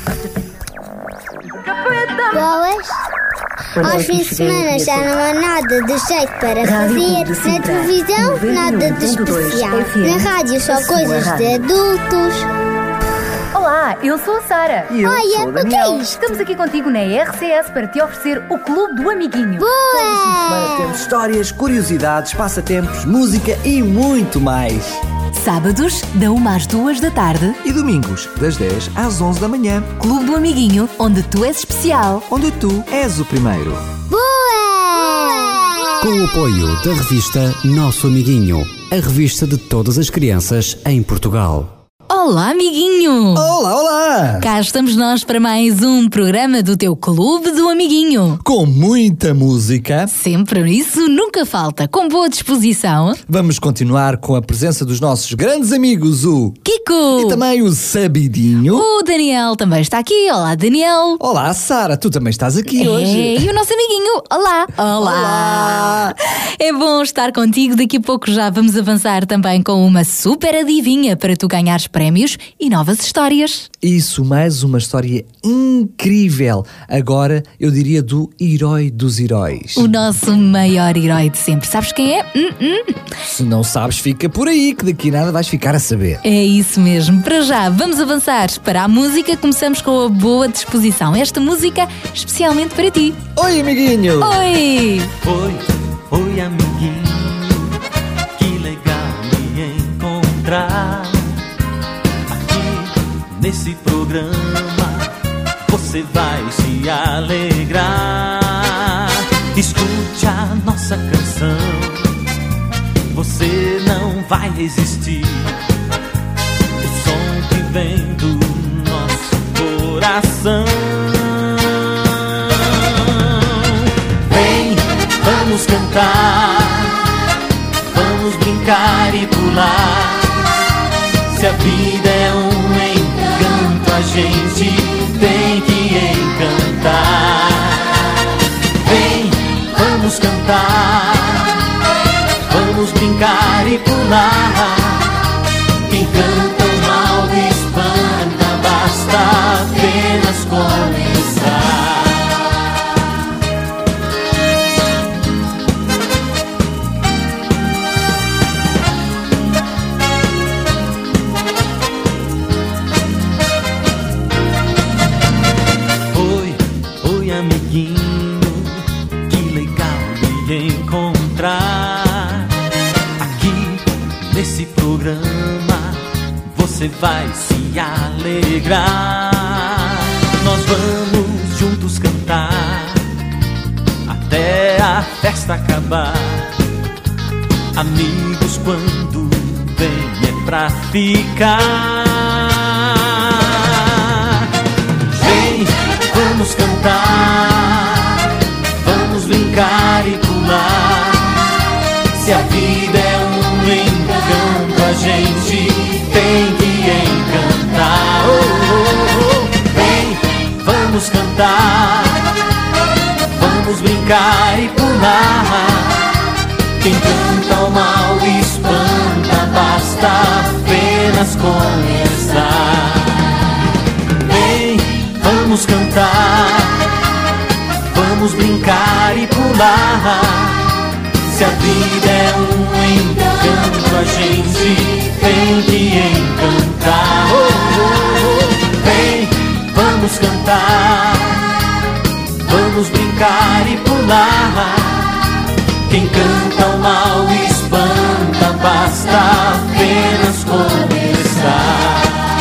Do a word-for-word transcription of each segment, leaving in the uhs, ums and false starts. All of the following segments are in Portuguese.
Boas. Aos fins de semana já não há nada de jeito para fazer. Na televisão, nada de especial. Na rádio, só coisas de adultos. Olá, eu sou a Sara. E eu Olha, sou o o que é Daniel. isto? Estamos aqui contigo na R C S para te oferecer o Clube do Amiguinho. Boa! Temos histórias, curiosidades, passatempos, música e muito mais. Sábados, da uma às duas da tarde. E domingos, das dez às onze da manhã, Clube do Amiguinho, onde tu és especial. onde tu és o primeiro. Boa! Com o apoio da revista Nosso Amiguinho, a revista de todas as crianças em Portugal. Olá, amiguinho! Olá, olá! Cá estamos nós para mais um programa do teu Clube do Amiguinho. Com muita música, Sempre, isso nunca falta, com boa disposição. vamos continuar com a presença dos nossos grandes amigos, o... Kiko! E também o Sabidinho. O Daniel também está aqui. Olá, Daniel! Olá, Sara, tu também estás aqui É, hoje. e o nosso amiguinho, olá. olá! Olá! É bom estar contigo. Daqui a pouco já vamos avançar também com uma super adivinha para tu ganhares prémios e novas histórias. Isso, mais uma história incrível. Agora, eu diria do herói dos heróis. O nosso maior herói de sempre. Sabes quem é? Hum, hum. Se não sabes, fica por aí, que daqui a nada vais ficar a saber. É isso mesmo. Para já, vamos avançar para a música. Começamos com a boa disposição. Esta música especialmente para ti. Oi, amiguinho! Oi! Oi, oi amiguinho, que legal me encontrar aqui nesse programa. Você vai se alegrar. Escute a nossa canção, você não vai resistir. O som que vem do nosso coração. Vem, vamos cantar, vamos brincar e pular. Se a vida é um encanto, a gente tem que encantar. Vem, vamos cantar, vamos brincar e pular. Quem canta o mal espanta, basta apenas começar. Oi, oi amiguinho, que legal me encontrar aqui nesse programa. Você vai se alegrar. Nós vamos juntos cantar até a festa acabar. Amigos, quando vem é pra ficar. Vem, vamos cantar, vamos brincar e pular. Se a vida é um encanto, a gente tem que encantar. Oh, oh, oh. Vem, vamos cantar, vamos brincar e pular. Quem canta o mal espanta, basta apenas começar. Vem, vamos cantar, vamos brincar e pular. Se a vida é um encanto, a gente tem que encantar. Oh, oh, oh. Vem, vamos cantar, vamos brincar e pular. Quem canta o mal espanta, basta apenas começar.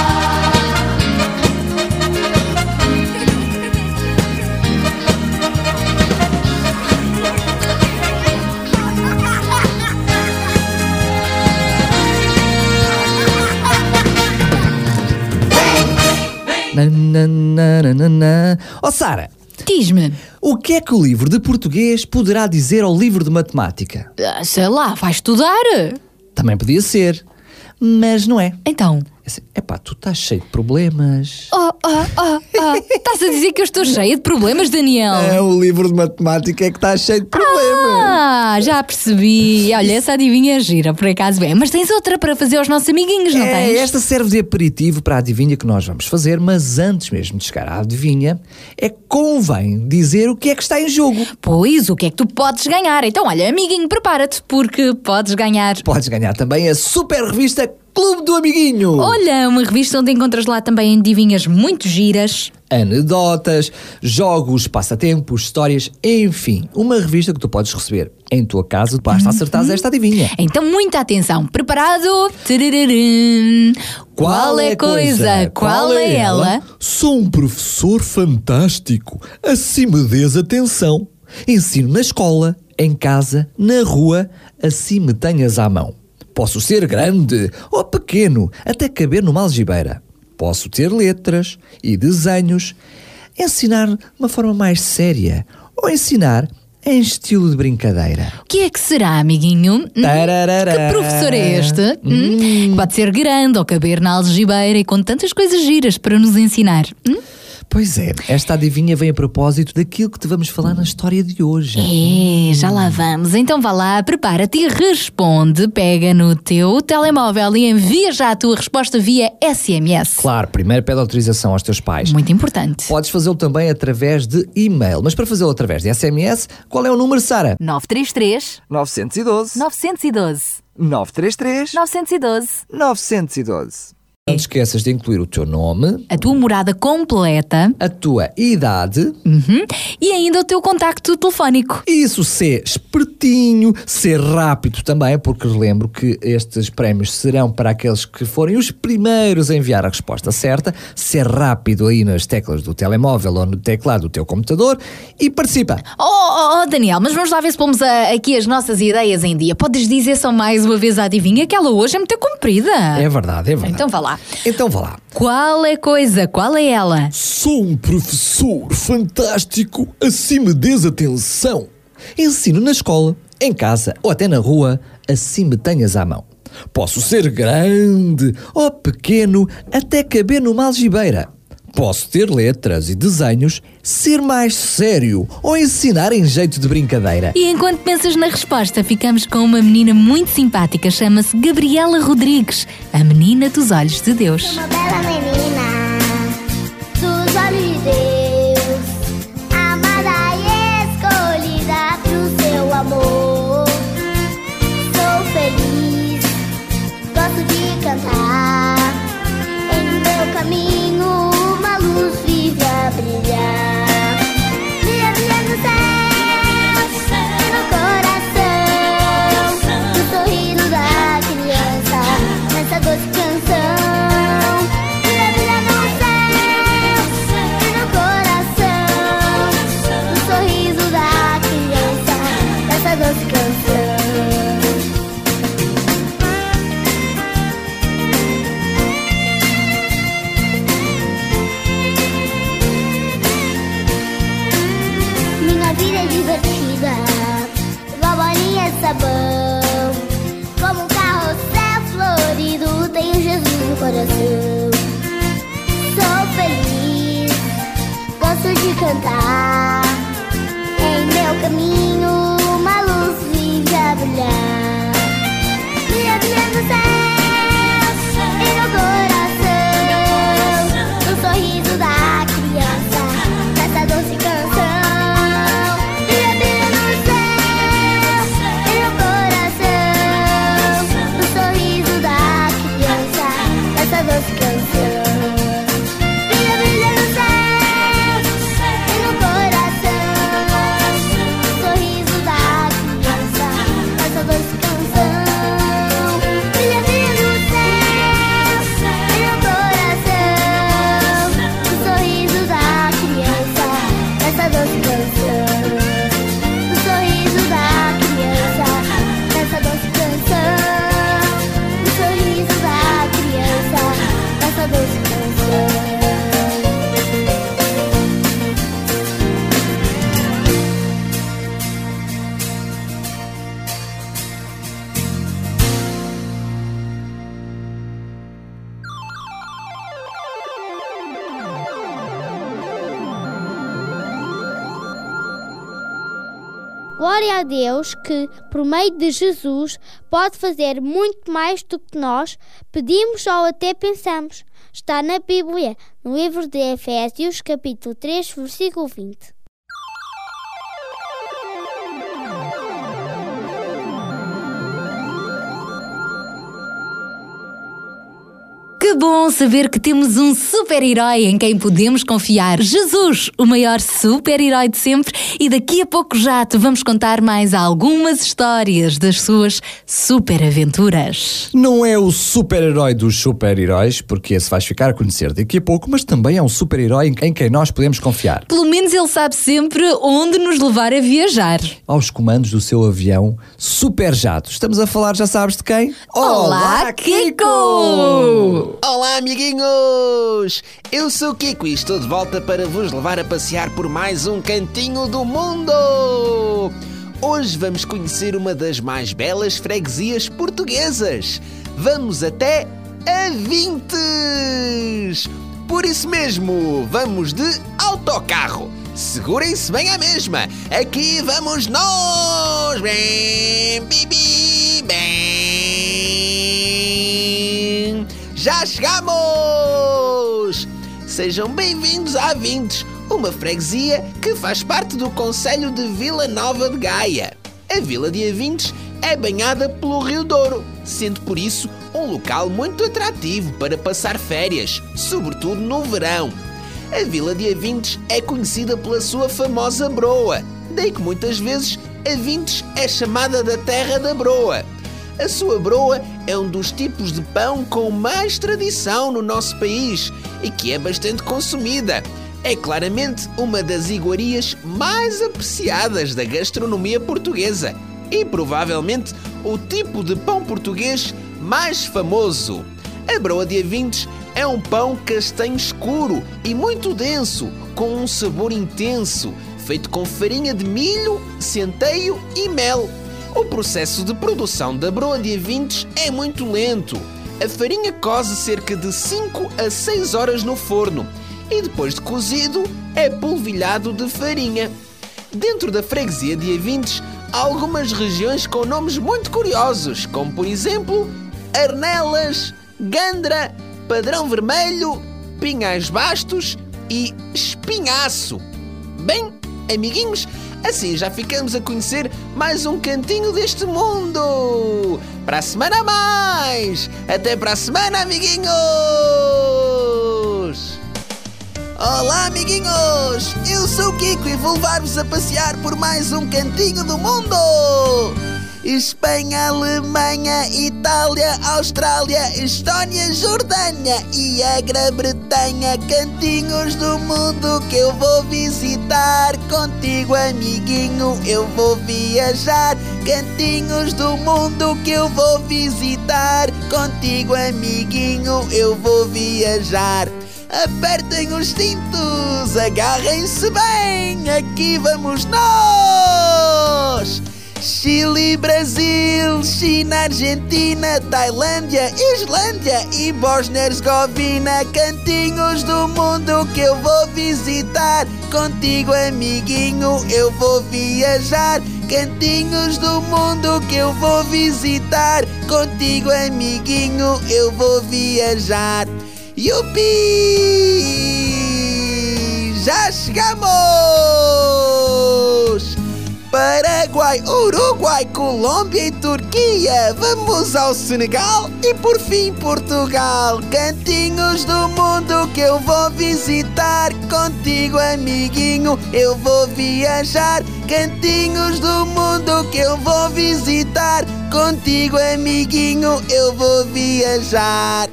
Nananana. Oh, Sara, Diz-me. o que é que o livro de português poderá dizer ao livro de matemática? Ah, sei lá, vai estudar? Também podia ser, mas não é. Então. Assim, epá, tu estás cheio de problemas. Oh, oh, oh, oh. Estás a dizer que eu estou cheia de problemas, Daniel? É, o livro de matemática é que está cheio de problemas. Ah, Ah, já percebi. Olha, essa adivinha é gira, por acaso bem. Mas tens outra para fazer aos nossos amiguinhos, não É, tens? esta serve de aperitivo para a adivinha que nós vamos fazer, mas antes mesmo de chegar à adivinha, é que convém dizer o que é que está em jogo. Pois, o que é que tu podes ganhar? Então, olha, amiguinho, prepara-te, porque podes ganhar... Podes ganhar também a super revista Clube do Amiguinho. Olha, uma revista onde encontras lá também adivinhas muito giras. Anedotas, jogos, passatempos, histórias, enfim, uma revista que tu podes receber em tua casa, basta acertares esta adivinha. Então, muita atenção. Preparado? Tararam. Qual é a coisa? Qual é ela? Sou um professor fantástico. Assim me des atenção. Ensino na escola, em casa, na rua, assim me tenhas à mão. Posso ser grande ou pequeno, até caber numa algibeira. Posso ter letras e desenhos, ensinar de uma forma mais séria ou ensinar em estilo de brincadeira. O que é que será, amiguinho? Hum? Tararara. Que professor é este? Hum? Pode ser grande ou caber na algibeira e com tantas coisas giras para nos ensinar. Hum? Pois é, esta adivinha vem a propósito daquilo que te vamos falar na história de hoje. É, já lá vamos. Então vá lá, prepara-te e responde. Pega no teu telemóvel e envia já a tua resposta via S M S. Claro, primeiro pede autorização aos teus pais. Muito importante. Podes fazê-lo também através de e-mail, mas para fazê-lo através de S M S, qual é o número, Sara? nove três três, nove um dois, nove um dois, nove três três, nove um dois. nove um dois. Não te esqueças de incluir o teu nome, A tua morada completa, a tua idade, uhum, e ainda o teu contacto telefónico. isso, ser espertinho, ser rápido também, porque lembro que estes prémios serão para aqueles que forem os primeiros a enviar a resposta certa, ser rápido aí nas teclas do telemóvel ou no teclado do teu computador e participa. Oh, oh, oh, Daniel, mas vamos lá ver se pomos a- aqui as nossas ideias em dia. Podes dizer só mais uma vez a adivinha que ela hoje é muito comprida. É verdade, é verdade. Então vá lá. Então vá lá. Qual é a coisa? Qual é ela? Sou um professor fantástico, assim me des atenção. Ensino na escola, em casa ou até na rua, assim me tenhas à mão. Posso ser grande ou pequeno, até caber numa algibeira. Posso ter letras e desenhos, ser mais sério ou ensinar em jeito de brincadeira. E enquanto pensas na resposta, ficamos com uma menina muito simpática, chama-se Gabriela Rodrigues, a menina dos olhos de Deus. Uma bela menina dos olhos de Deus, amada e escolhida pro seu amor. Sou feliz, gosto de cantar, em meu caminho uma luz vive a brilhar. Brilha, brilha no céu e no coração, no sorriso da criança, nessa doce canção. Brilha, Glória a Deus que, por meio de Jesus, pode fazer muito mais do que nós pedimos ou até pensamos. Está na Bíblia, no livro de Efésios, capítulo três, versículo vinte. Que bom saber que temos um super-herói em quem podemos confiar. Jesus, o maior super-herói de sempre. E daqui a pouco já te vamos contar mais algumas histórias das suas super-aventuras. Não é o super-herói dos super-heróis, porque esse vais ficar a conhecer daqui a pouco, mas também é um super-herói em quem nós podemos confiar. Pelo menos ele sabe sempre onde nos levar a viajar. Aos comandos do seu avião Super Jato. Estamos a falar, já sabes de quem? Olá, Kiko! Olá, amiguinhos! Eu sou o Kiko e estou de volta para vos levar a passear por mais um cantinho do mundo! Hoje vamos conhecer uma das mais belas freguesias portuguesas. Vamos até Avintes! Por isso mesmo, vamos de autocarro. Segurem-se bem à mesma. Aqui vamos nós! Bem, bibi, bem! Já chegamos! Sejam bem-vindos a Avintes, uma freguesia que faz parte do concelho de Vila Nova de Gaia. A vila de Avintes é banhada pelo Rio Douro, sendo por isso um local muito atrativo para passar férias, sobretudo no verão. A vila de Avintes é conhecida pela sua famosa broa, daí que muitas vezes Avintes é chamada da terra da broa. A sua broa é um dos tipos de pão com mais tradição no nosso país e que é bastante consumida. É claramente uma das iguarias mais apreciadas da gastronomia portuguesa e provavelmente o tipo de pão português mais famoso. A broa de Avintes é um pão castanho escuro e muito denso, com um sabor intenso, feito com farinha de milho, centeio e mel. O processo de produção da broa de Avintes é muito lento. A farinha coze cerca de cinco a seis horas no forno e depois de cozido é polvilhado de farinha. Dentro da freguesia de Avintes há algumas regiões com nomes muito curiosos, como por exemplo Arnelas, Gandra, Padrão Vermelho, Pinhais Bastos e Espinhaço. Bem, amiguinhos, assim já ficamos a conhecer mais um cantinho deste mundo. Para a semana a mais! Até para a semana, amiguinhos! Olá, amiguinhos! Eu sou o Kiko e vou levar-vos a passear por mais um cantinho do mundo! Espanha, Alemanha, Itália, Austrália, Estónia, Jordânia e a Grã-Bretanha, cantinhos do mundo que eu vou visitar. Contigo, amiguinho, eu vou viajar. Cantinhos do mundo que eu vou visitar. Contigo, amiguinho, eu vou viajar. Apertem os cintos, agarrem-se bem, aqui vamos nós! Chile, Brasil, China, Argentina, Tailândia, Islândia e Bósnia-Herzegovina, cantinhos do mundo que eu vou visitar. Contigo, amiguinho, eu vou viajar. Cantinhos do mundo que eu vou visitar. Contigo, amiguinho, eu vou viajar. Yupi! Já chegamos! Paraguai, Uruguai, Colômbia e Turquia. Vamos ao Senegal e por fim Portugal. Cantinhos do mundo que eu vou visitar. Contigo, amiguinho, eu vou viajar. Cantinhos do mundo que eu vou visitar. Contigo, amiguinho, eu vou viajar.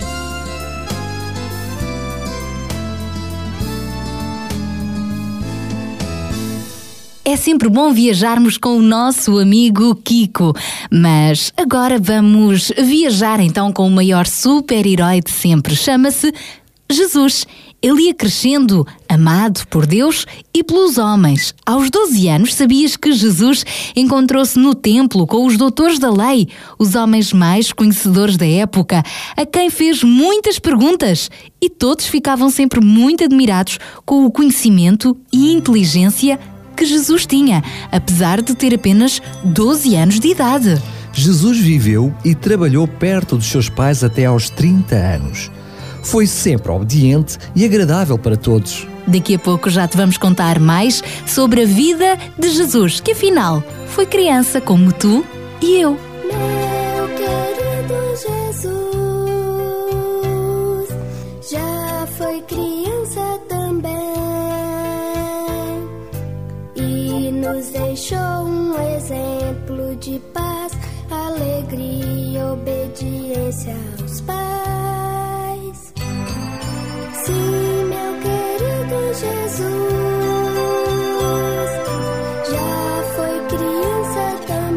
É sempre bom viajarmos com o nosso amigo Kiko, mas agora vamos viajar então com o maior super-herói de sempre. Chama-se Jesus. Ele ia crescendo, amado por Deus e pelos homens. Aos doze anos, sabias que Jesus encontrou-se no templo com os doutores da lei, os homens mais conhecedores da época, a quem fez muitas perguntas, e todos ficavam sempre muito admirados com o conhecimento e inteligência que Jesus tinha, apesar de ter apenas doze anos de idade. Jesus viveu e trabalhou perto dos seus pais até aos trinta anos. Foi sempre obediente e agradável para todos. Daqui a pouco já te vamos contar mais sobre a vida de Jesus, que afinal foi criança como tu e eu. Meu querido Jesus já foi criança também e nos deixou um exemplo de paz, alegria e obediência aos pais. Sim, meu querido Jesus já foi criança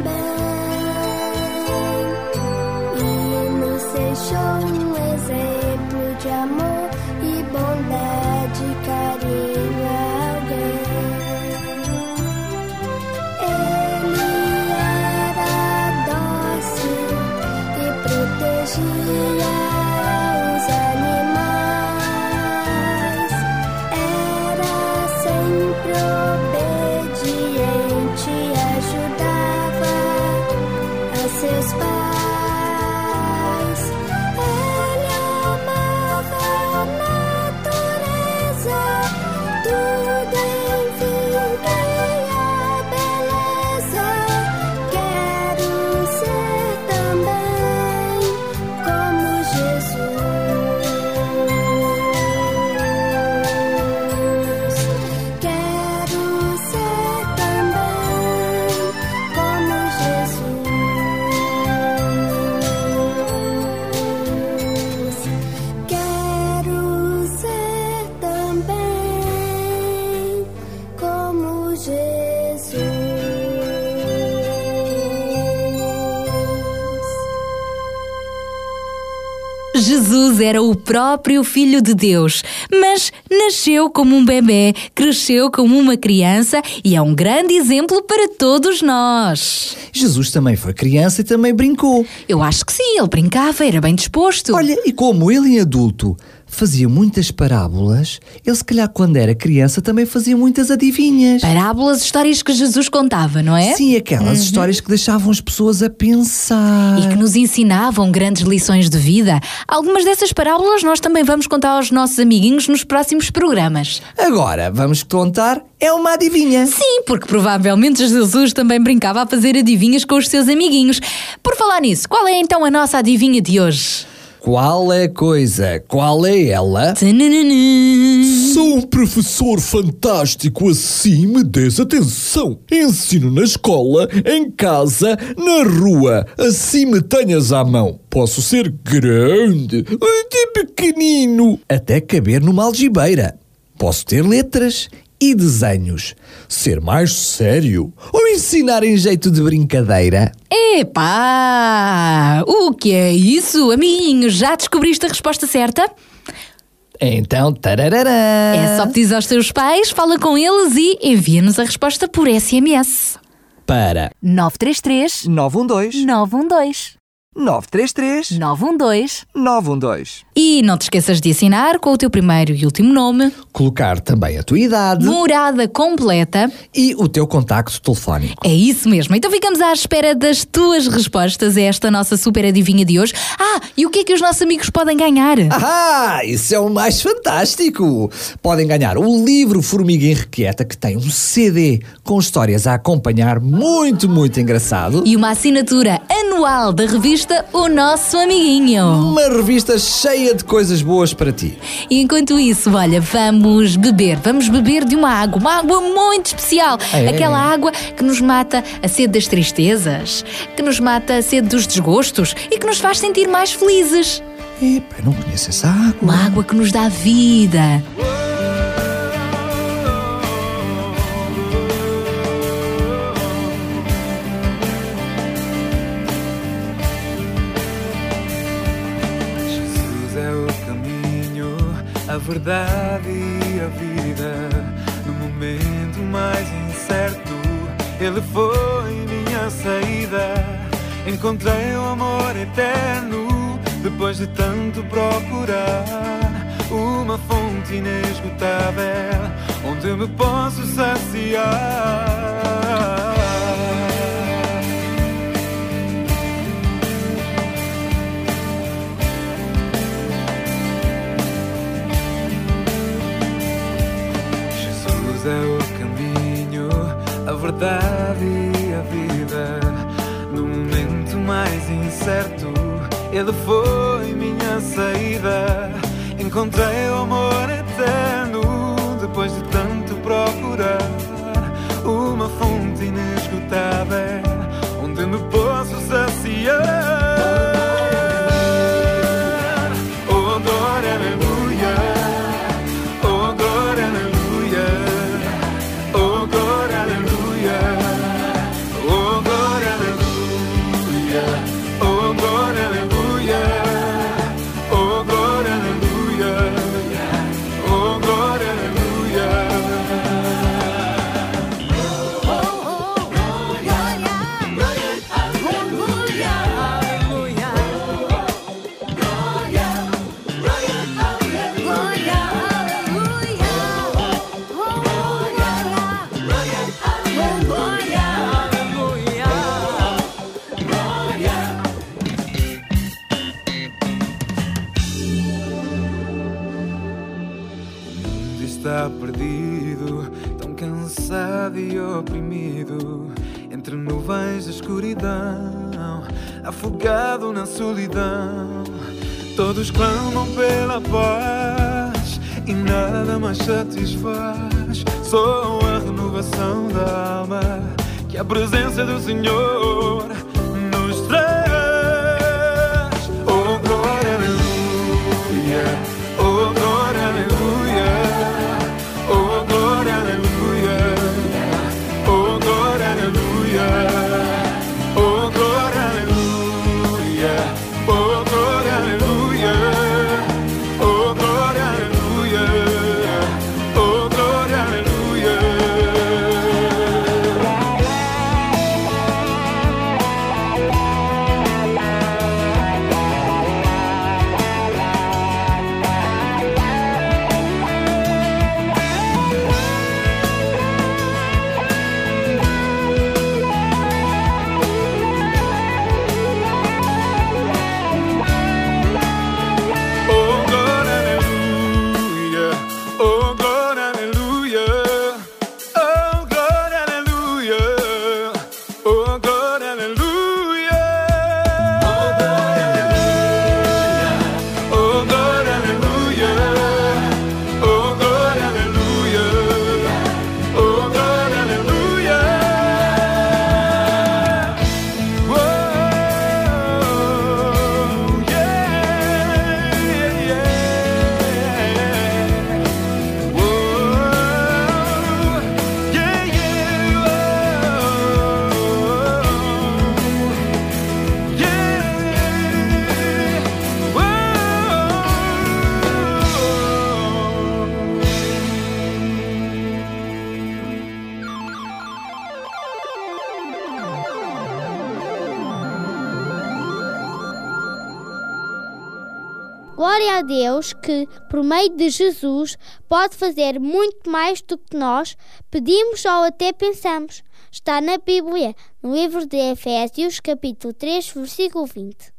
também e nos deixou um exemplo de amor e bondade, carinho a alguém. Ele era dócil e protegia os animais, era sempre obediente e ajudava a seus pais. Ele amava a natureza, tudo em vinha a beleza. Quero ser também como Jesus. Quero ser também como Jesus. Quero ser também como Jesus. Jesus era o próprio Filho de Deus, mas nasceu como um bebê, cresceu como uma criança e é um grande exemplo para todos nós. Jesus também foi criança e também brincou. Eu acho que sim, ele brincava, era bem disposto. Olha, e como ele em adulto fazia muitas parábolas, ele se calhar quando era criança também fazia muitas adivinhas. Parábolas, histórias que Jesus contava, não é? Sim, aquelas histórias que deixavam as pessoas a pensar. E que nos ensinavam grandes lições de vida. Algumas dessas parábolas nós também vamos contar aos nossos amiguinhos nos próximos programas. Agora, vamos contar é uma adivinha. Sim, porque provavelmente Jesus também brincava a fazer adivinhas com os seus amiguinhos. Por falar nisso, qual é então a nossa adivinha de hoje? Qual é a coisa? Qual é ela? Tananana. Sou um professor fantástico, assim me des atenção. Ensino na escola, em casa, na rua, assim me tenhas à mão. Posso ser grande, até pequenino, até caber numa algibeira. Posso ter letras e desenhos, ser mais sério ou ensinar em jeito de brincadeira. Epá! O que é isso, amiguinho? Já descobriste a resposta certa? Então, tararará. É só pedir aos teus pais, fala com eles e envia-nos a resposta por S M S. Para nove três três, nove um dois, nove um dois, nove três três, nove um dois. nove um dois. E não te esqueças de assinar com o teu primeiro e último nome, Colocar também a tua idade morada completa. e o teu contacto telefónico. É isso mesmo. Então ficamos à espera das tuas respostas a esta nossa super adivinha de hoje. Ah, e o que é que os nossos amigos podem ganhar? Ah, isso é o mais fantástico! Podem ganhar o livro Formiga Irrequieta, que tem um C D com histórias a acompanhar, muito, muito engraçado. E uma assinatura anual da revista O Nosso Amiguinho. Uma revista cheia de coisas boas para ti. E enquanto isso, olha, vamos beber. Vamos beber de uma água. Uma água muito especial. É. Aquela água que nos mata a sede das tristezas, que nos mata a sede dos desgostos e que nos faz sentir mais felizes. Epa, não conheço essa água. Uma água que nos dá vida. A verdade e a vida, no momento mais incerto, Ele foi minha saída. Encontrei o amor eterno, depois de tanto procurar, uma fonte fonte inesgotável onde me posso saciar. Jesus é o caminho, a verdade e a vida. No momento mais incerto, Ele foi minha saída. Encontrei o amor eterno depois de tanto procurar. Uma fonte inesgotável onde me posso saciar. Oh, glória, aleluia. Oh, glória, aleluia. Oh, glória, aleluia. Oh, glória, aleluia. Oh, glória, aleluia. Oh, glória, aleluia. Oh, glória, aleluia. Está perdido, tão cansado e oprimido, entre nuvens de escuridão, afogado na solidão. Todos clamam pela paz e nada mais satisfaz. Só a renovação da alma que a presença do Senhor nos traz. Oh, glória, aleluia. Oh, glória, aleluia. Oh, glória, aleluia. Oh, glória, aleluia. Oh, glória, aleluia. Oh, glória, aleluia. Oh, glória, aleluia. Oh, glória, aleluia. Glória a Deus que, por meio de Jesus, pode fazer muito mais do que nós pedimos ou até pensamos. Está na Bíblia, no livro de Efésios, capítulo três, versículo vinte.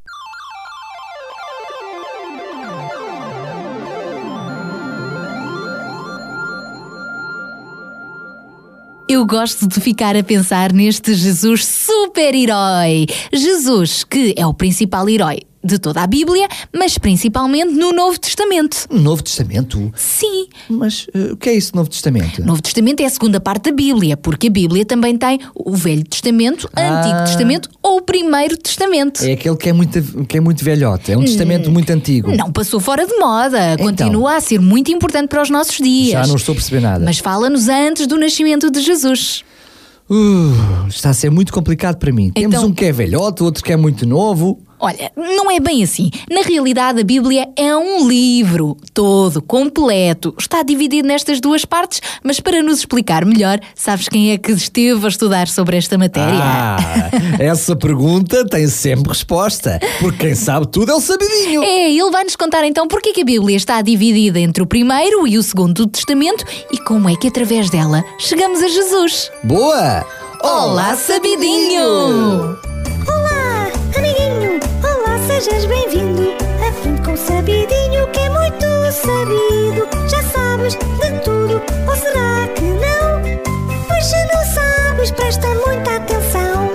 Eu gosto de ficar a pensar neste Jesus super-herói. Jesus, que é o principal herói de toda a Bíblia, mas principalmente no Novo Testamento. Novo Testamento? Sim. Mas uh, o que é isso, Novo Testamento? Novo Testamento é a segunda parte da Bíblia, porque a Bíblia também tem o Velho Testamento, Ah. Antigo Testamento ou o Primeiro Testamento. É aquele que é muito, que é muito velhote, é um testamento muito antigo. Não passou fora de moda, Então. continua a ser muito importante para os nossos dias. Já não estou a perceber nada. Mas fala-nos antes do nascimento de Jesus. Uh, está a ser muito complicado para mim. Temos Então- um que é velhote, outro que é muito novo. Olha, não é bem assim. Na realidade, a Bíblia é um livro todo, completo. Está dividido nestas duas partes, mas para nos explicar melhor, sabes quem é que esteve a estudar sobre esta matéria? Ah, essa pergunta tem sempre resposta, porque quem sabe tudo é o sabidinho. É, ele vai nos contar então porque é que a Bíblia está dividida entre o Primeiro e o Segundo Testamento e como é que através dela chegamos a Jesus. Boa! Olá, sabidinho! Olá, amiguinho! Olá, sejas bem-vindo! Aprende com o sabidinho que é muito sabido. Já sabes de tudo, ou será que não? Pois se não sabes, presta muita atenção.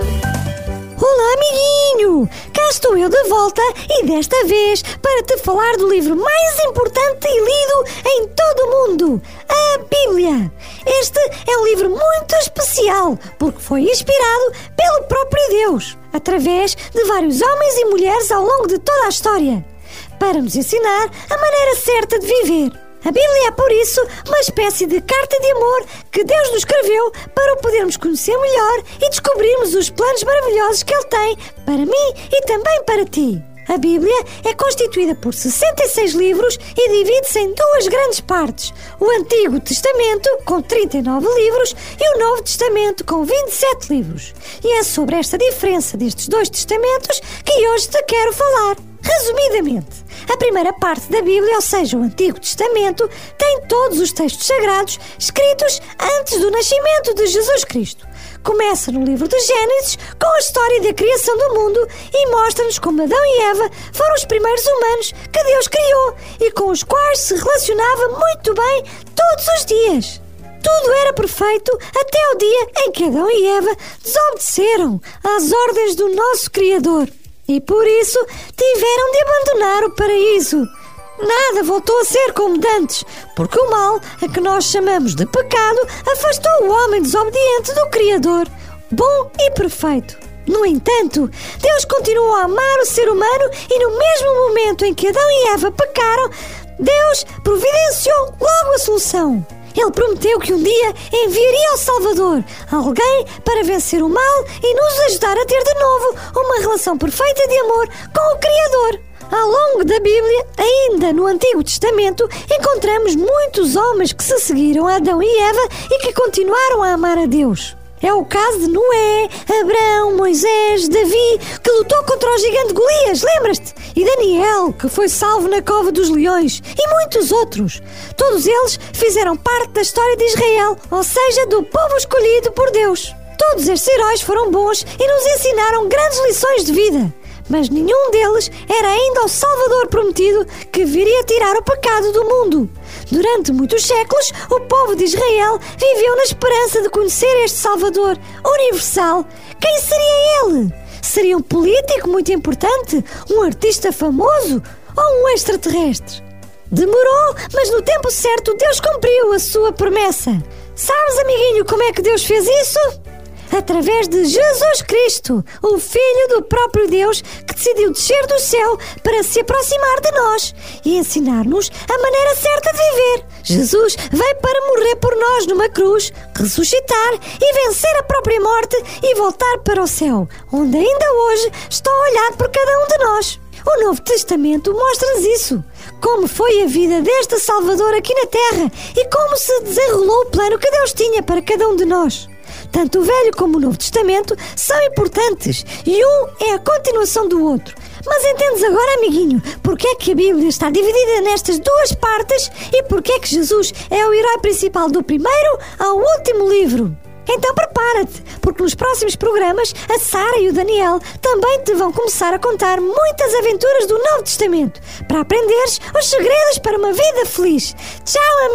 Olá, amiguinho! Cá estou eu de volta e desta vez para te falar do livro mais importante e lido em todo o mundo, a Bíblia. Este é um livro muito especial porque foi inspirado pelo próprio Deus, através de vários homens e mulheres ao longo de toda a história, para nos ensinar a maneira certa de viver. A Bíblia é, por isso, uma espécie de carta de amor que Deus nos escreveu para o podermos conhecer melhor e descobrirmos os planos maravilhosos que Ele tem para mim e também para ti. A Bíblia é constituída por sessenta e seis livros e divide-se em duas grandes partes: o Antigo Testamento, com trinta e nove livros, e o Novo Testamento, com vinte e sete livros. E é sobre esta diferença destes dois testamentos que hoje te quero falar. Resumidamente, a primeira parte da Bíblia, ou seja, o Antigo Testamento, tem todos os textos sagrados escritos antes do nascimento de Jesus Cristo. Começa no livro de Gênesis com a história da criação do mundo e mostra-nos como Adão e Eva foram os primeiros humanos que Deus criou e com os quais se relacionava muito bem todos os dias. Tudo era perfeito até o dia em que Adão e Eva desobedeceram às ordens do nosso Criador e por isso tiveram de abandonar o paraíso. Nada voltou a ser como de antes, porque o mal, a que nós chamamos de pecado, afastou o homem desobediente do Criador, bom e perfeito. No entanto, Deus continuou a amar o ser humano e no mesmo momento em que Adão e Eva pecaram, Deus providenciou logo a solução. Ele prometeu que um dia enviaria o Salvador, alguém para vencer o mal e nos ajudar a ter de novo uma relação perfeita de amor com o Criador. Ao longo da Bíblia, ainda no Antigo Testamento, encontramos muitos homens que se seguiram a Adão e Eva e que continuaram a amar a Deus. É o caso de Noé, Abraão, Moisés, Davi, que lutou contra o gigante Golias, lembras-te? E Daniel, que foi salvo na cova dos leões, e muitos outros. Todos eles fizeram parte da história de Israel, ou seja, do povo escolhido por Deus. Todos estes heróis foram bons e nos ensinaram grandes lições de vida. Mas nenhum deles era ainda o Salvador prometido que viria tirar o pecado do mundo. Durante muitos séculos, o povo de Israel viveu na esperança de conhecer este Salvador universal. Quem seria ele? Seria um político muito importante? Um artista famoso? Ou um extraterrestre? Demorou, mas no tempo certo Deus cumpriu a sua promessa. Sabes, amiguinho, como é que Deus fez isso? Através de Jesus Cristo, o Filho do próprio Deus, que decidiu descer do céu para se aproximar de nós e ensinar-nos a maneira certa de viver. Jesus veio para morrer por nós numa cruz, ressuscitar e vencer a própria morte e voltar para o céu, onde ainda hoje está a olhar por cada um de nós. O Novo Testamento mostra-nos isso, como foi a vida deste Salvador aqui na Terra e como se desenrolou o plano que Deus tinha para cada um de nós. Tanto o Velho como o Novo Testamento são importantes e um é a continuação do outro. Mas entendes agora, amiguinho, porque é que a Bíblia está dividida nestas duas partes e porque é que Jesus é o herói principal do primeiro ao último livro? Então prepara-te, porque nos próximos programas a Sara e o Daniel também te vão começar a contar muitas aventuras do Novo Testamento para aprenderes os segredos para uma vida feliz. Tchau,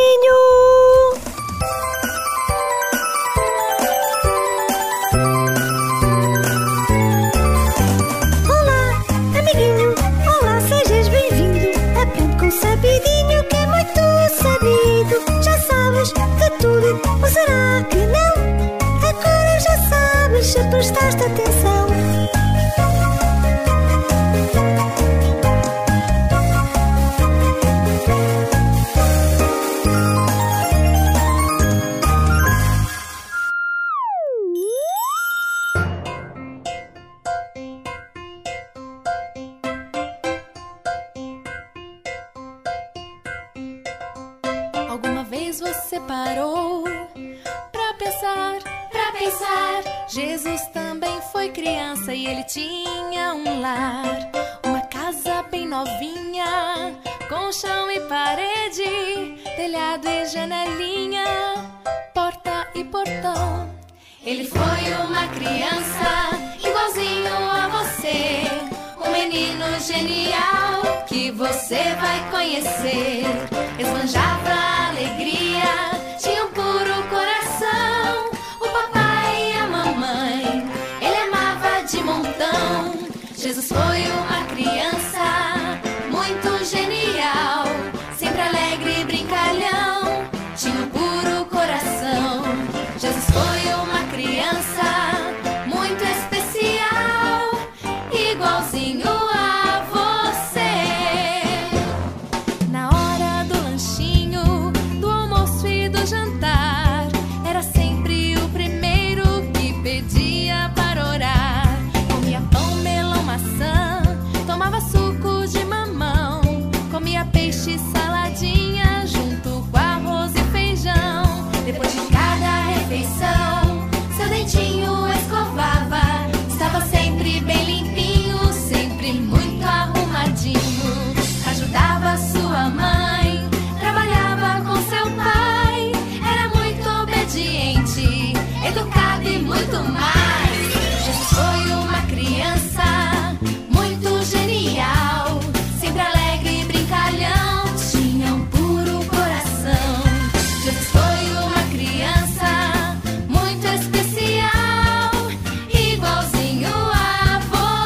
amiguinho! Sabidinho que é muito sabido. Já sabes de tudo, ou será que não? Agora já sabes se prestaste atenção. vez você parou pra pensar, pra pensar? Jesus também foi criança e ele tinha um lar, uma casa bem novinha, com chão e parede, telhado e janelinha, porta e portão. Ele foi uma criança igualzinho a você, um menino genial que você vai conhecer. Esbanjava alegria, tinha um puro coração. O papai e a mamãe ele amava de montão. Jesus foi uma criança muito genial, sempre alegre e brincalhão, tinha um puro coração. Jesus foi uma criança muito especial, igualzinho a você. Na hora do lanchinho, do almoço e do jantar, era sempre o primeiro que pedia para orar. Comia pão, melão, maçã, tomava suco de mamão, comia peixe e saladinha junto com arroz e feijão. Depois de cada refeição, seu dentinho escovava, estava sempre bem limpinho, sempre muito arrumadinho. Ajudava sua mãe, trabalhava com seu pai, era muito obediente, educado e muito mais. Jesus foi uma criança muito genial, sempre alegre e brincalhão, tinha um puro coração. Jesus foi uma criança muito especial, igualzinho a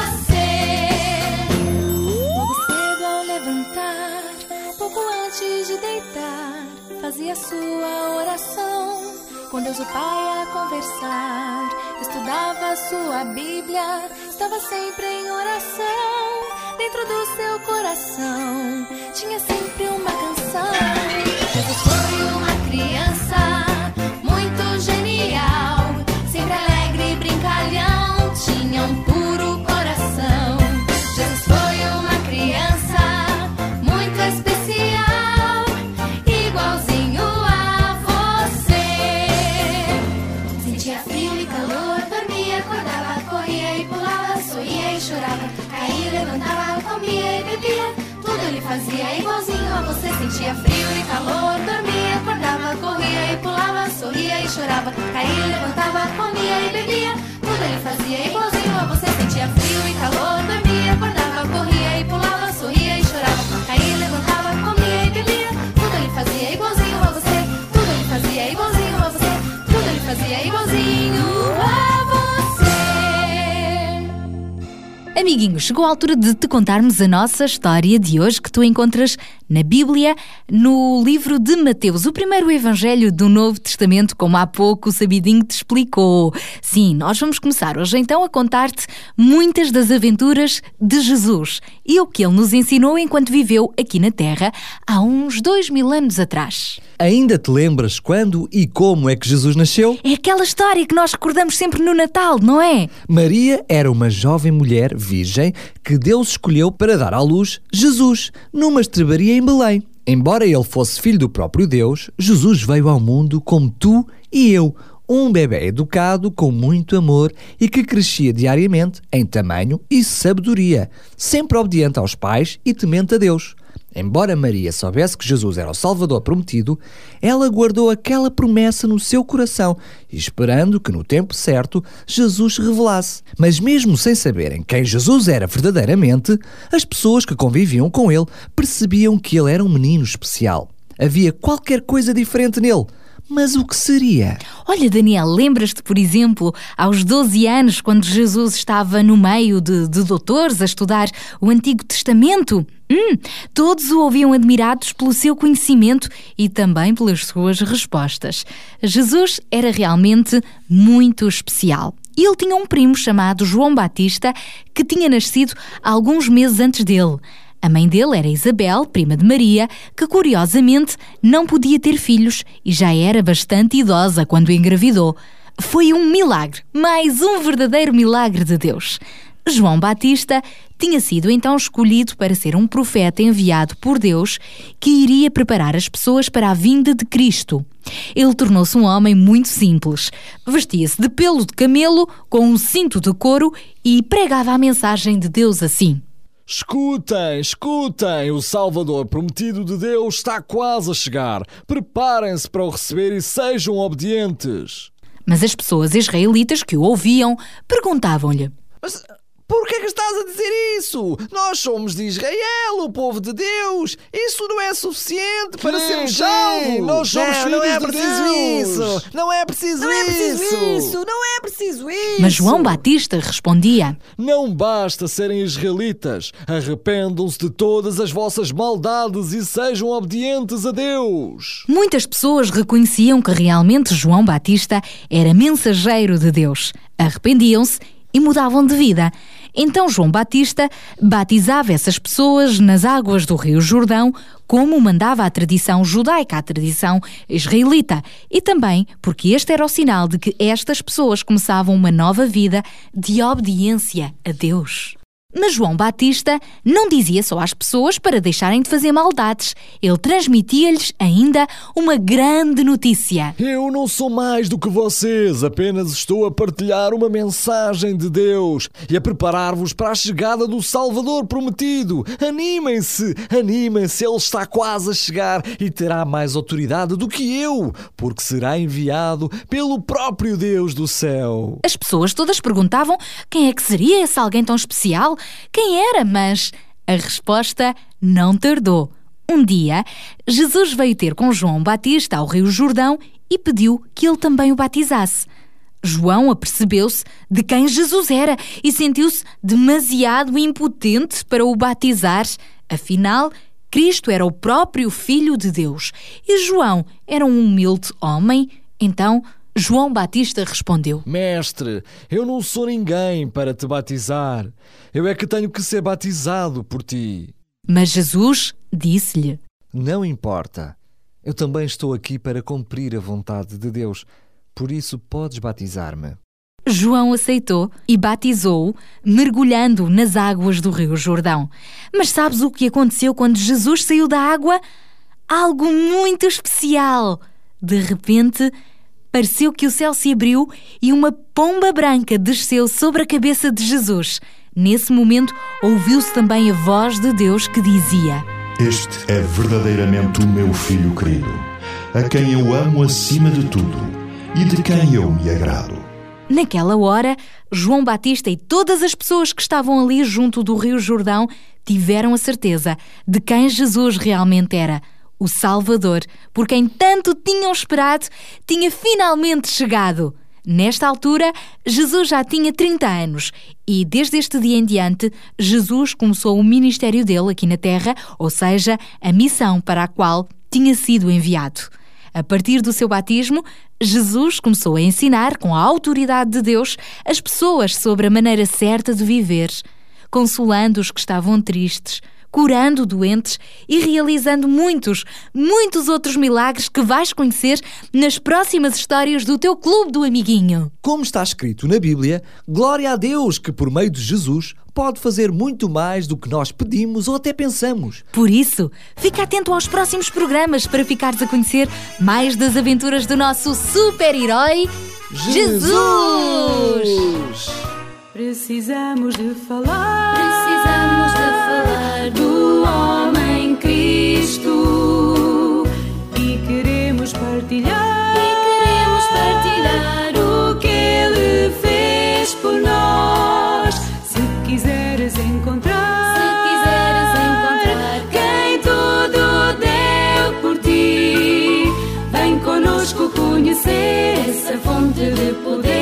você. Logo cedo ao levantar, pouco antes de deitar, fazia sua oração com Deus o Pai a conversar. Estudava sua Bíblia, estava sempre em oração. Dentro do seu coração tinha sempre uma canção. Jesus foi uma criança muito genial, sempre alegre e brincalhão, tinha um puro coração. Jesus foi uma criança muito especial, igualzinho a você. Sentia frio e calor, dormia, acordava, corria e pulava, sorria e chorava, caía, levantava, comia e bebia, tudo ele fazia igualzinho a você. Sentia frio e calor, dormia, acordava, corria e pulava, sorria e chorava, caía, levantava, comia e bebia, tudo ele fazia igualzinho a você. Sentia frio e calor, dormia, acordava, corria e pulava, sorria e chorava, caía, levantava, comia e bebia, tudo ele fazia igualzinho a você. Tudo ele fazia igualzinho a você. Tudo ele fazia igualzinho a você. Amiguinho, chegou a altura de te contarmos a nossa história de hoje, que tu encontras na Bíblia, no livro de Mateus, o primeiro evangelho do Novo Testamento, como há pouco o Sabidinho te explicou. Sim, nós vamos começar hoje então a contar-te muitas das aventuras de Jesus e o que ele nos ensinou enquanto viveu aqui na Terra há uns dois mil anos atrás. Ainda te lembras quando e como é que Jesus nasceu? É aquela história que nós recordamos sempre no Natal, não é? Maria era uma jovem mulher virgem que Deus escolheu para dar à luz Jesus, numa estrebaria em Belém. Embora ele fosse filho do próprio Deus, Jesus veio ao mundo como tu e eu, um bebê educado com muito amor e que crescia diariamente em tamanho e sabedoria, sempre obediente aos pais e temente a Deus. Embora Maria soubesse que Jesus era o Salvador prometido, ela guardou aquela promessa no seu coração, esperando que no tempo certo Jesus se revelasse. Mas mesmo sem saberem quem Jesus era verdadeiramente, as pessoas que conviviam com ele percebiam que ele era um menino especial. Havia qualquer coisa diferente nele. Mas o que seria? Olha, Daniel, lembras-te, por exemplo, aos doze anos, quando Jesus estava no meio de, de doutores a estudar o Antigo Testamento? Hum, todos o ouviam admirados pelo seu conhecimento e também pelas suas respostas. Jesus era realmente muito especial. E ele tinha um primo chamado João Batista, que tinha nascido alguns meses antes dele. A mãe dele era Isabel, prima de Maria, que curiosamente não podia ter filhos e já era bastante idosa quando engravidou. Foi um milagre, mais um verdadeiro milagre de Deus. João Batista tinha sido então escolhido para ser um profeta enviado por Deus que iria preparar as pessoas para a vinda de Cristo. Ele tornou-se um homem muito simples. Vestia-se de pelo de camelo, com um cinto de couro e pregava a mensagem de Deus assim: Escutem, escutem, o Salvador prometido de Deus está quase a chegar. Preparem-se para o receber e sejam obedientes. Mas as pessoas israelitas que o ouviam perguntavam-lhe: Mas por que é que estás a dizer isso? Nós somos de Israel, o povo de Deus. Isso não é suficiente para Sim, sermos sim, salvos. nós somos não, filhos não é de preciso Deus. isso. Não é preciso Não é preciso isso. isso, não é preciso isso. Mas João Batista respondia: Não basta serem israelitas. Arrependam-se de todas as vossas maldades e sejam obedientes a Deus. Muitas pessoas reconheciam que realmente João Batista era mensageiro de Deus. Arrependiam-se e mudavam de vida. Então João Batista batizava essas pessoas nas águas do Rio Jordão, como mandava a tradição judaica, a tradição israelita, e também porque este era o sinal de que estas pessoas começavam uma nova vida de obediência a Deus. Mas João Batista não dizia só às pessoas para deixarem de fazer maldades. Ele transmitia-lhes ainda uma grande notícia. Eu não sou mais do que vocês, apenas estou a partilhar uma mensagem de Deus e a preparar-vos para a chegada do Salvador prometido. Animem-se, animem-se, Ele está quase a chegar e terá mais autoridade do que eu, porque será enviado pelo próprio Deus do céu. As pessoas todas perguntavam quem é que seria esse alguém tão especial. Quem era? Mas a resposta não tardou. Um dia, Jesus veio ter com João Batista ao Rio Jordão e pediu que ele também o batizasse. João apercebeu-se de quem Jesus era e sentiu-se demasiado impotente para o batizar. Afinal, Cristo era o próprio Filho de Deus e João era um humilde homem. Então, João Batista respondeu: Mestre, eu não sou ninguém para te batizar. Eu é que tenho que ser batizado por ti. Mas Jesus disse-lhe: Não importa. Eu também estou aqui para cumprir a vontade de Deus. Por isso podes batizar-me. João aceitou e batizou-o, mergulhando nas águas do Rio Jordão. Mas sabes o que aconteceu quando Jesus saiu da água? Algo muito especial. De repente, pareceu que o céu se abriu e uma pomba branca desceu sobre a cabeça de Jesus. Nesse momento, ouviu-se também a voz de Deus que dizia: Este é verdadeiramente o meu Filho querido, a quem eu amo acima de tudo e de quem eu me agrado. Naquela hora, João Batista e todas as pessoas que estavam ali junto do Rio Jordão tiveram a certeza de quem Jesus realmente era. O Salvador, por quem tanto tinham esperado, tinha finalmente chegado. Nesta altura, Jesus já tinha trinta anos e, desde este dia em diante, Jesus começou o ministério dele aqui na Terra, ou seja, a missão para a qual tinha sido enviado. A partir do seu batismo, Jesus começou a ensinar, com a autoridade de Deus, as pessoas sobre a maneira certa de viver, consolando os que estavam tristes, curando doentes e realizando muitos, muitos outros milagres que vais conhecer nas próximas histórias do teu Clube do Amiguinho. Como está escrito na Bíblia, glória a Deus que por meio de Jesus pode fazer muito mais do que nós pedimos ou até pensamos. Por isso, fica atento aos próximos programas para ficares a conhecer mais das aventuras do nosso super-herói Jesus! Jesus! Precisamos de falar, precisamos de falar do homem Cristo e queremos partilhar, e queremos partilhar o que Ele fez por nós. Se quiseres encontrar, se quiseres encontrar quem tudo deu por ti, vem conosco conhecer essa fonte de poder.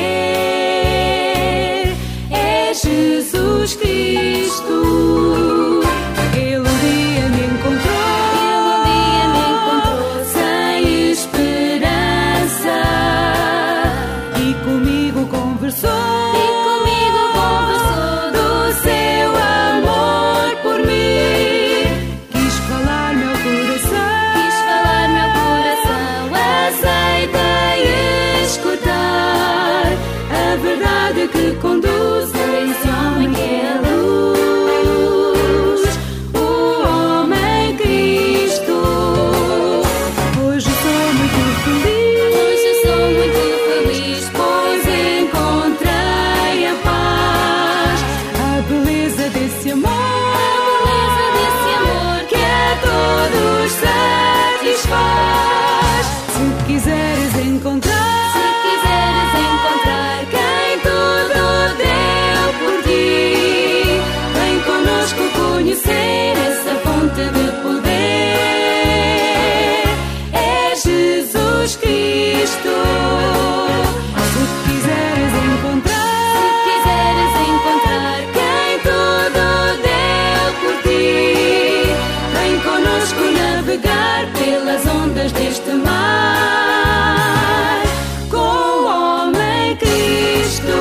Jesus Cristo, Ele um dia me encontrou, Ele um dia me encontrou sem esperança e comigo conversou, e comigo conversou do seu amor por mim. Quis falar meu coração, quis falar meu coração, aceita e escutar. Cristo. Se quiseres encontrar, se quiseres encontrar quem tudo deu por ti, vem conosco navegar pelas ondas deste mar com o homem Cristo.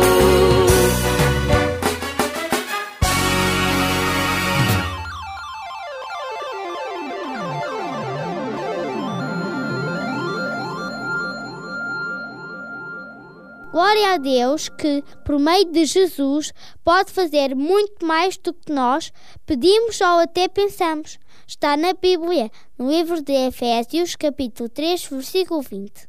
Glória a Deus que, por meio de Jesus, pode fazer muito mais do que nós pedimos ou até pensamos. Está na Bíblia, no livro de Efésios, capítulo três, versículo vinte.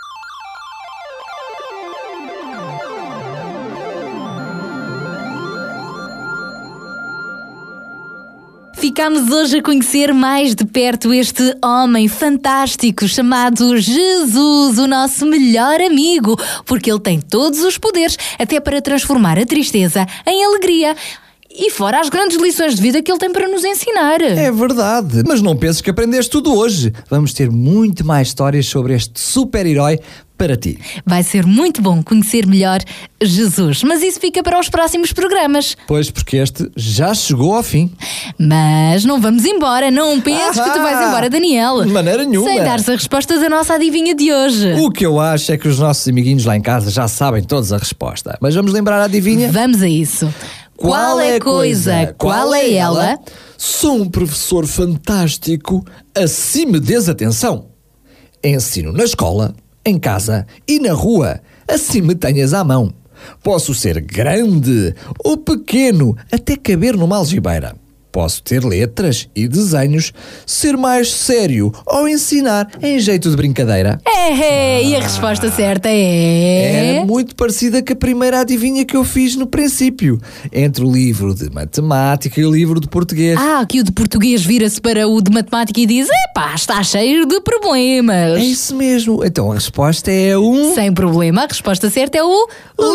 Ficámos hoje a conhecer mais de perto este homem fantástico chamado Jesus, o nosso melhor amigo, porque ele tem todos os poderes até para transformar a tristeza em alegria. E fora as grandes lições de vida que ele tem para nos ensinar. É verdade, mas não penses que aprendeste tudo hoje. Vamos ter muito mais histórias sobre este super-herói para ti. Vai ser muito bom conhecer melhor Jesus, mas isso fica para os próximos programas. Pois, porque este já chegou ao fim. Mas não vamos embora, não penses ah, que tu vais embora, Daniel. De maneira nenhuma. Sem dar-se a resposta da nossa adivinha de hoje. O que eu acho é que os nossos amiguinhos lá em casa já sabem todos a resposta. Mas vamos lembrar a adivinha? Vamos a isso. Qual é a coisa? Qual é ela? Sou um professor fantástico, assim me des atenção. Ensino na escola, em casa e na rua, assim me tenhas à mão. Posso ser grande ou pequeno, até caber numa algibeira. Posso ter letras e desenhos, ser mais sério ou ensinar em jeito de brincadeira. É, é, e a resposta certa é... Era muito parecida com a primeira adivinha que eu fiz no princípio, entre o livro de matemática e o livro de português. Ah, que o de português vira-se para o de matemática e diz: epá, está cheio de problemas. É isso mesmo. Então a resposta é um... Sem problema, a resposta certa é o...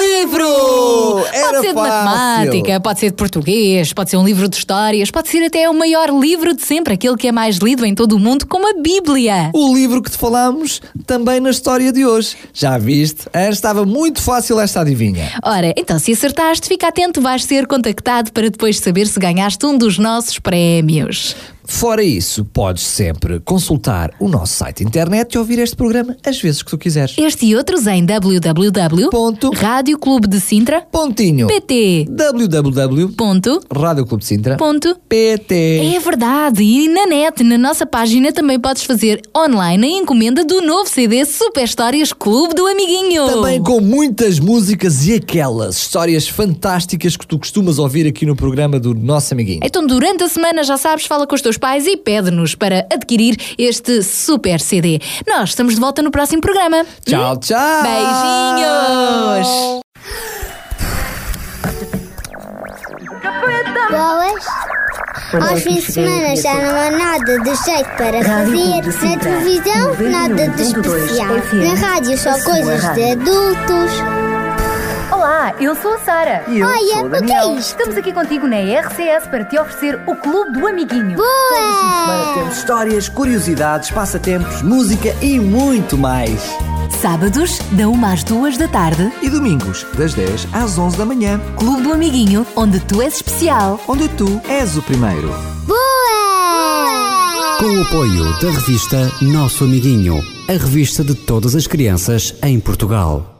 livro! Era pode ser de fácil. matemática, pode ser de português, pode ser um livro de histórias, pode ser até o maior livro de sempre, aquele que é mais lido em todo o mundo, como a Bíblia. O livro que te falámos também na história de hoje. Já viste? Estava muito fácil esta adivinha. Ora, então se acertaste, fica atento, vais ser contactado para depois saber se ganhaste um dos nossos prémios. Fora isso, podes sempre consultar o nosso site internet e ouvir este programa às vezes que tu quiseres. Este e outros em w w w ponto rádio clube de sintra ponto pt w w w ponto rádio clube de sintra ponto p t. É verdade, e na net, na nossa página, também podes fazer online a encomenda do novo C D Super Histórias Clube do Amiguinho. Também com muitas músicas e aquelas histórias fantásticas que tu costumas ouvir aqui no programa do nosso amiguinho. Então durante a semana, já sabes, fala com os teus pais e pede-nos para adquirir este super C D. Nós estamos de volta no próximo programa. Tchau, tchau! Beijinhos! Boas! Aos fins de semana já não há nada de jeito para fazer. Na televisão, nada de especial. Na rádio, só coisas de adultos. Olá, eu sou a Sara. E eu Olha, sou o Daniel. Que é isto? Estamos aqui contigo na R C S para te oferecer o Clube do Amiguinho. Boa! Todas as semanas temos histórias, curiosidades, passatempos, música e muito mais. Sábados, da uma às duas da tarde. E domingos, das dez às onze da manhã. Clube do Amiguinho, onde tu és especial. Onde tu és o primeiro. Boa! Com o apoio da revista Nosso Amiguinho, a revista de todas as crianças em Portugal.